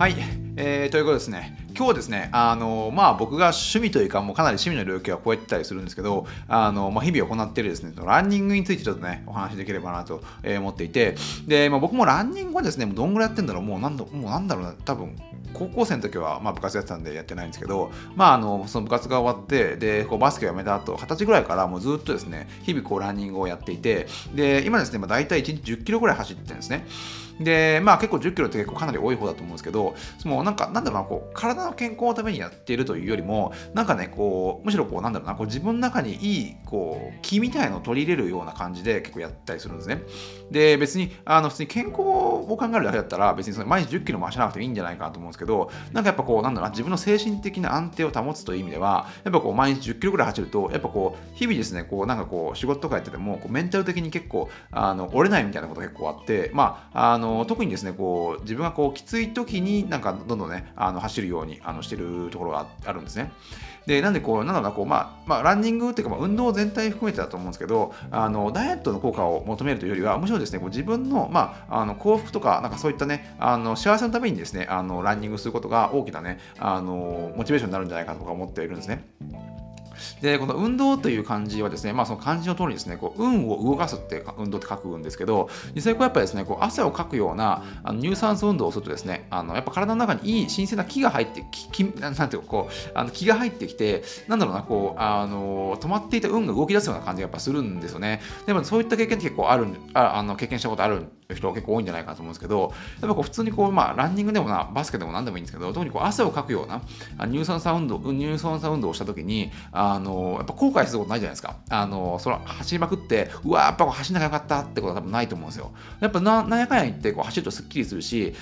はい、ということですね。今日はですね、僕が趣味というか、もうかなり趣味の領域は超えてたりするんですけど、日々行っているですね、ランニングについてちょっとね、お話しできればなと思っていて、で、僕もランニングはですね、もうどんぐらいやってんだろう、もうなんだろうな、多分、高校生の時は、部活やってたんでやってないんですけど、その部活が終わって、で、バスケをやめた後、20歳ぐらいからもうずっとですね、日々ランニングをやっていて、で、今ですね、大体1日10キロぐらい走ってるんですね。で、結構10キロって結構かなり多い方だと思うんですけど、なんだろうな、体の健康のためにやっているというよりも、むしろなんだろうな、自分の中にいい、気みたいなのを取り入れるような感じで結構やったりするんですね。で、別に、普通に健康を考えるだけだったら、別に毎日10キロも走らなくてもいいんじゃないかなと思うんですけど、なんだろうな、自分の精神的な安定を保つという意味では、やっぱ毎日10キロぐらい走ると、やっぱ日々ですね、仕事とかやってても、メンタル的に結構、折れないみたいなことが結構あって、特にですね、自分がきつい時にどんどんね、走るようにしてるところがあるんですね。で、なんでなんだろうな、ランニングっていうか、運動全体含めてだと思うんですけど、ダイエットの効果を求めるというよりは、むしろですね、自分の、幸福とか、そういったね、幸せのためにですね、ランニングすることが大きなね、モチベーションになるんじゃないかとか思っているんですね。で、この運動という漢字はですね、その漢字の通りですね、運を動かすって運動って書くんですけど、実際やっぱりですね、汗をかくような有酸素運動をするとですね、やっぱ体の中にいい新鮮な気が入って、なんていうか、気が入ってきて、なんだろうな、止まっていた運が動き出すような感じがやっぱするんですよね。でもそういった経験って結構経験したことある人結構多いんじゃないかなと思うんですけど、やっぱ普通にランニングでもバスケでも何でもいいんですけど、特に汗をかくような有酸素運動をした時に、やっぱ後悔することないじゃないですか。それ走りまくって、うわー、やっぱ走んなきゃよかったってことは多分ないと思うんですよ。やっぱなんやかんや言って走るとスッキリするし、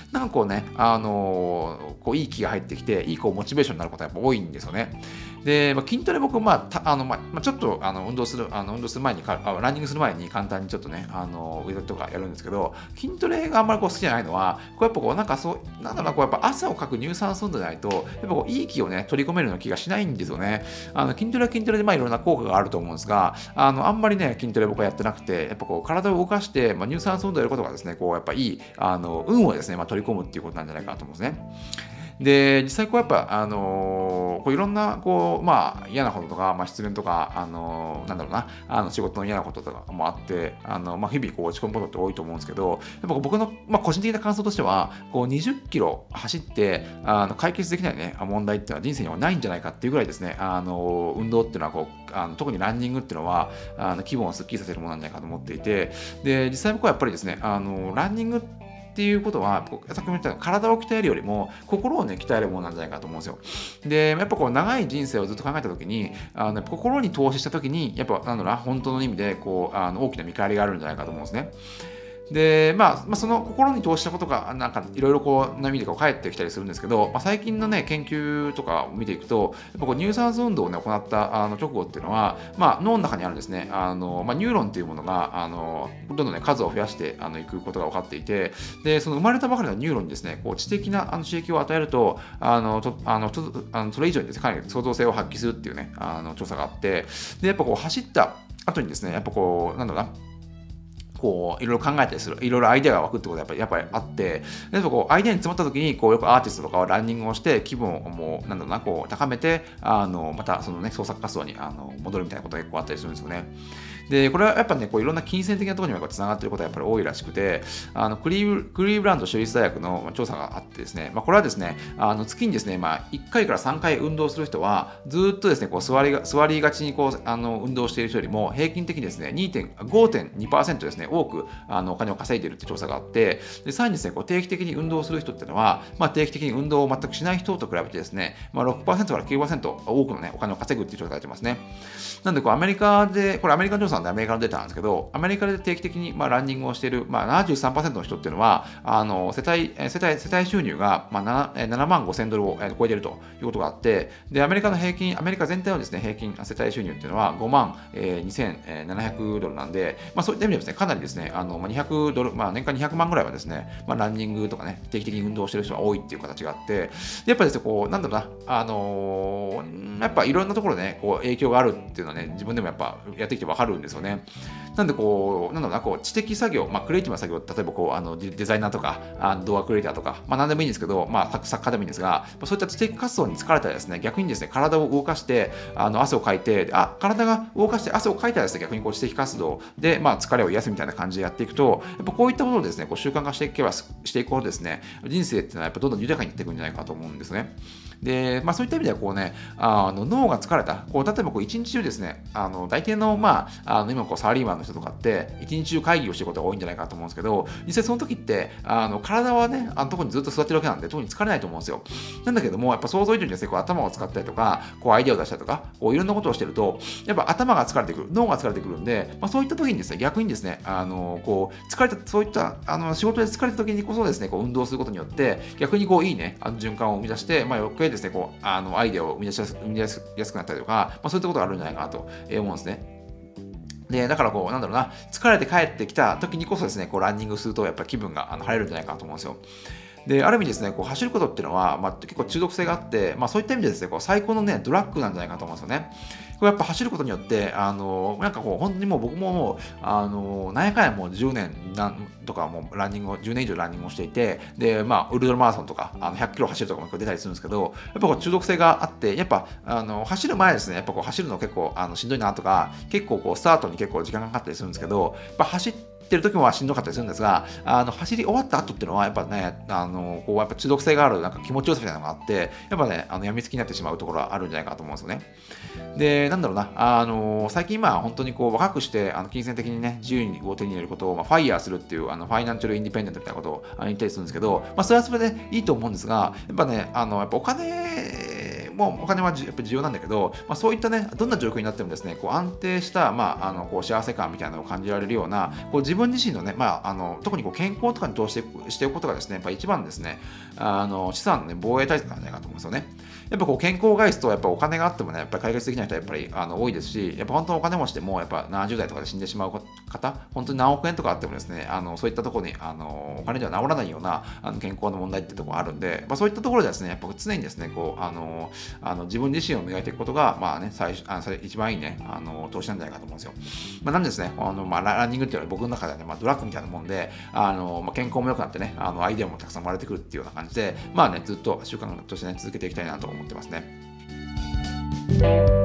いい気が入ってきて、いいモチベーションになることはやっぱ多いんですよね。で、筋トレ僕、ちょっと運動する前にランニングする前に簡単にちょっとね、腕とかやるんですけど、筋トレがあんまり好きじゃないのは、やっぱやっぱ汗をかく乳酸素運動じゃないと、やっぱいい気をね、取り込めるような気がしないんですよね。筋トレは筋トレでいろんな効果があると思うんですが、あんまりね、筋トレ僕はやってなくて、やっぱ体を動かして、乳酸素運動をやることがですね、やっぱいい、運をですね、取り込むっていうことなんじゃないかなと思うんですね。で、実際やっぱ、いろんな、嫌なこととか、失恋とか、なんだろうな、仕事の嫌なこととかもあって、日々落ち込むことって多いと思うんですけど、やっぱ僕の、個人的な感想としては、20キロ走って、解決できないね、問題っていうのは人生にはないんじゃないかっていうぐらいですね、運動っていうのは、特にランニングっていうのは、気分をスッキリさせるものなんじゃないかと思っていて、で、実際僕はやっぱりですね、ランニングっていうことは、さっきも言ったように体を鍛えるよりも心をね、鍛えるものなんじゃないかと思うんですよ。で、やっぱ長い人生をずっと考えたときに、心に投資したときに、やっぱ本当の意味で、大きな見返りがあるんじゃないかと思うんですね。で、その心に投資したことが、いろいろな意味で返ってきたりするんですけど、最近のね、研究とかを見ていくと、やっぱ乳酸素運動をね、行った直後っていうのは、脳の中にあるですね、ニューロンっていうものが、どんどんね、数を増やしていくことが分かっていて、で、その生まれたばかりのニューロンにですね、知的な刺激を与えると、それ以上にですね、かなり創造性を発揮するっていうね、調査があって、で、やっぱ走った後にですね、やっぱなんだろうな、いろいろ考えたりする、いろいろアイデアが湧くってことがやっぱりあって、でアイデアに詰まった時に、よくアーティストとかはランニングをして、気分を高めて、またそのね、創作活動に戻るみたいなことが結構あったりするんですよね。で、これはやっぱね、いろんな金銭的なところにもつながっていることがやっぱり多いらしくて、クリーブランド州立大学の調査があってですね、これはですね、月にですね、1回から3回運動する人は、ずっとですね、座りがちに運動している人よりも、平均的にですね、5.2% ですね、多くお金を稼いでいるって調査があって、でさらにですね、定期的に運動する人っていうのは、定期的に運動を全くしない人と比べてですね、6% から 9% 多くのね、お金を稼ぐっていう調査が出てますね。なんで、アメリカで、これアメリカの調査なんでアメリカのデータなんですけど、アメリカで定期的にランニングをしている、73% の人っていうのは、世帯収入が7万5千ドルを超えているということがあって、で、アメリカ全体のですね、平均世帯収入っていうのは5万2700ドルなんで、そういった意味でですね、かなりですね、200ドル、年間200万ぐらいはですね、ランニングとかね、定期的に運動している人が多いっていう形があって、でやっぱりですね、なんだろうな、やっぱいろんなところでね、影響があるっていうのはね、自分でもやっぱやってきてわかるんですよね。なんでこう、なんだろうな、こう知的作業、クリエイティブな作業、例えばこうデザイナーとか、動画クリエイターとか、何でもいいんですけど、作家でもいいんですが、そういった知的活動に疲れたらですね、逆にですね、体を動かして、汗をかいて、体が動かして汗をかいたらですね、逆にこう知的活動で、疲れを癒すみたいな感じでやっていくと、やっぱこういったものをですね、こう習慣化していこうとですね、人生っていうのはやっぱどんどん豊かになっていくんじゃないかと思うんですね。で、そういった意味ではこうね、脳が疲れた、こう例えばこう一日中ですね、大抵の、今こうサラリーマンの人とかって、一日中会議をしていることが多いんじゃないかと思うんですけど、実際その時って、体はね、とこにずっと座ってるわけなんで、特に疲れないと思うんですよ。なんだけども、やっぱ想像以上にですね、こう頭を使ったりとか、こうアイデアを出したりとか、こういろんなことをしてると、やっぱ頭が疲れてくる、脳が疲れてくるんで、そういった時にですね、逆にですね、こう疲れた、そういった仕事で疲れた時にこそですね、こう運動することによって、逆にこういいね、循環を生み出して、余計ですね、こうアイデアを生み出しやすくなったりとか、そういったことがあるんじゃないかなと思うんですね。で、だからこう、なんだろうな、疲れて帰ってきた時にこそですね、こうランニングすると、やっぱり気分が晴れるんじゃないかなと思うんですよ。で、ある意味ですね、こう走ることっていうのは、結構中毒性があって、そういった意味でですね、こう最高のね、ドラッグなんじゃないかと思うんですよね。これやっぱ走ることによって、なんかこう、本当にもう僕ももう、なんやかんやもう10年とかもうランニングを、10年以上ランニングをしていて、で、ウルトラマラソンとか、100キロ走るとかも出たりするんですけど、やっぱこう中毒性があって、やっぱ、走る前ですね、やっぱこう走るの結構しんどいなとか、結構こうスタートに結構時間がかかったりするんですけど、やっぱ走ってる時もしんどかったりするんですが、走り終わった後っていうのは、やっぱね、こうやっぱ中毒性がある、なんか気持ちよさみたいなのがあって、やっぱね、病みつきになってしまうところはあるんじゃないかと思うんですよね。で、なんだろうな、最近本当にこう若くして、金銭的にね、自由を手に入れることを、ファイヤーするっていう、ファイナンシャルインディペンデントみたいなことを言ったりするんですけど、それはそれでいいと思うんですが、やっぱね、やっぱお金はやっぱり重要なんだけど、そういったね、どんな状況になってもですね、こう安定した、こう幸せ感みたいなのを感じられるような、こう自分自身のね、特にこう健康とかに投資しておくことがですね、やっぱ一番ですね、資産の、ね、防衛対策なんじゃないかと思うんですよね。やっぱこう健康を害すと、やっぱお金があってもね、やっぱり解決できない人はやっぱり多いですし、やっぱ本当にお金持ちでも、やっぱ70代とかで死んでしまう方、本当に何億円とかあってもですね、そういったところにお金では治らないような健康の問題っていうところがあるんで、そういったところでですね、やっぱ常にですね、こう自分自身を磨いていくことが、それ一番いいね、投資なんじゃないかと思うんですよ。なんでですね、ランニングっていうのは僕の中ではね、ドラッグみたいなもんで、健康も良くなってね、アイデアもたくさん生まれてくるっていうような感じで、ずっと習慣としてね、続けていきたいなと思ってますね。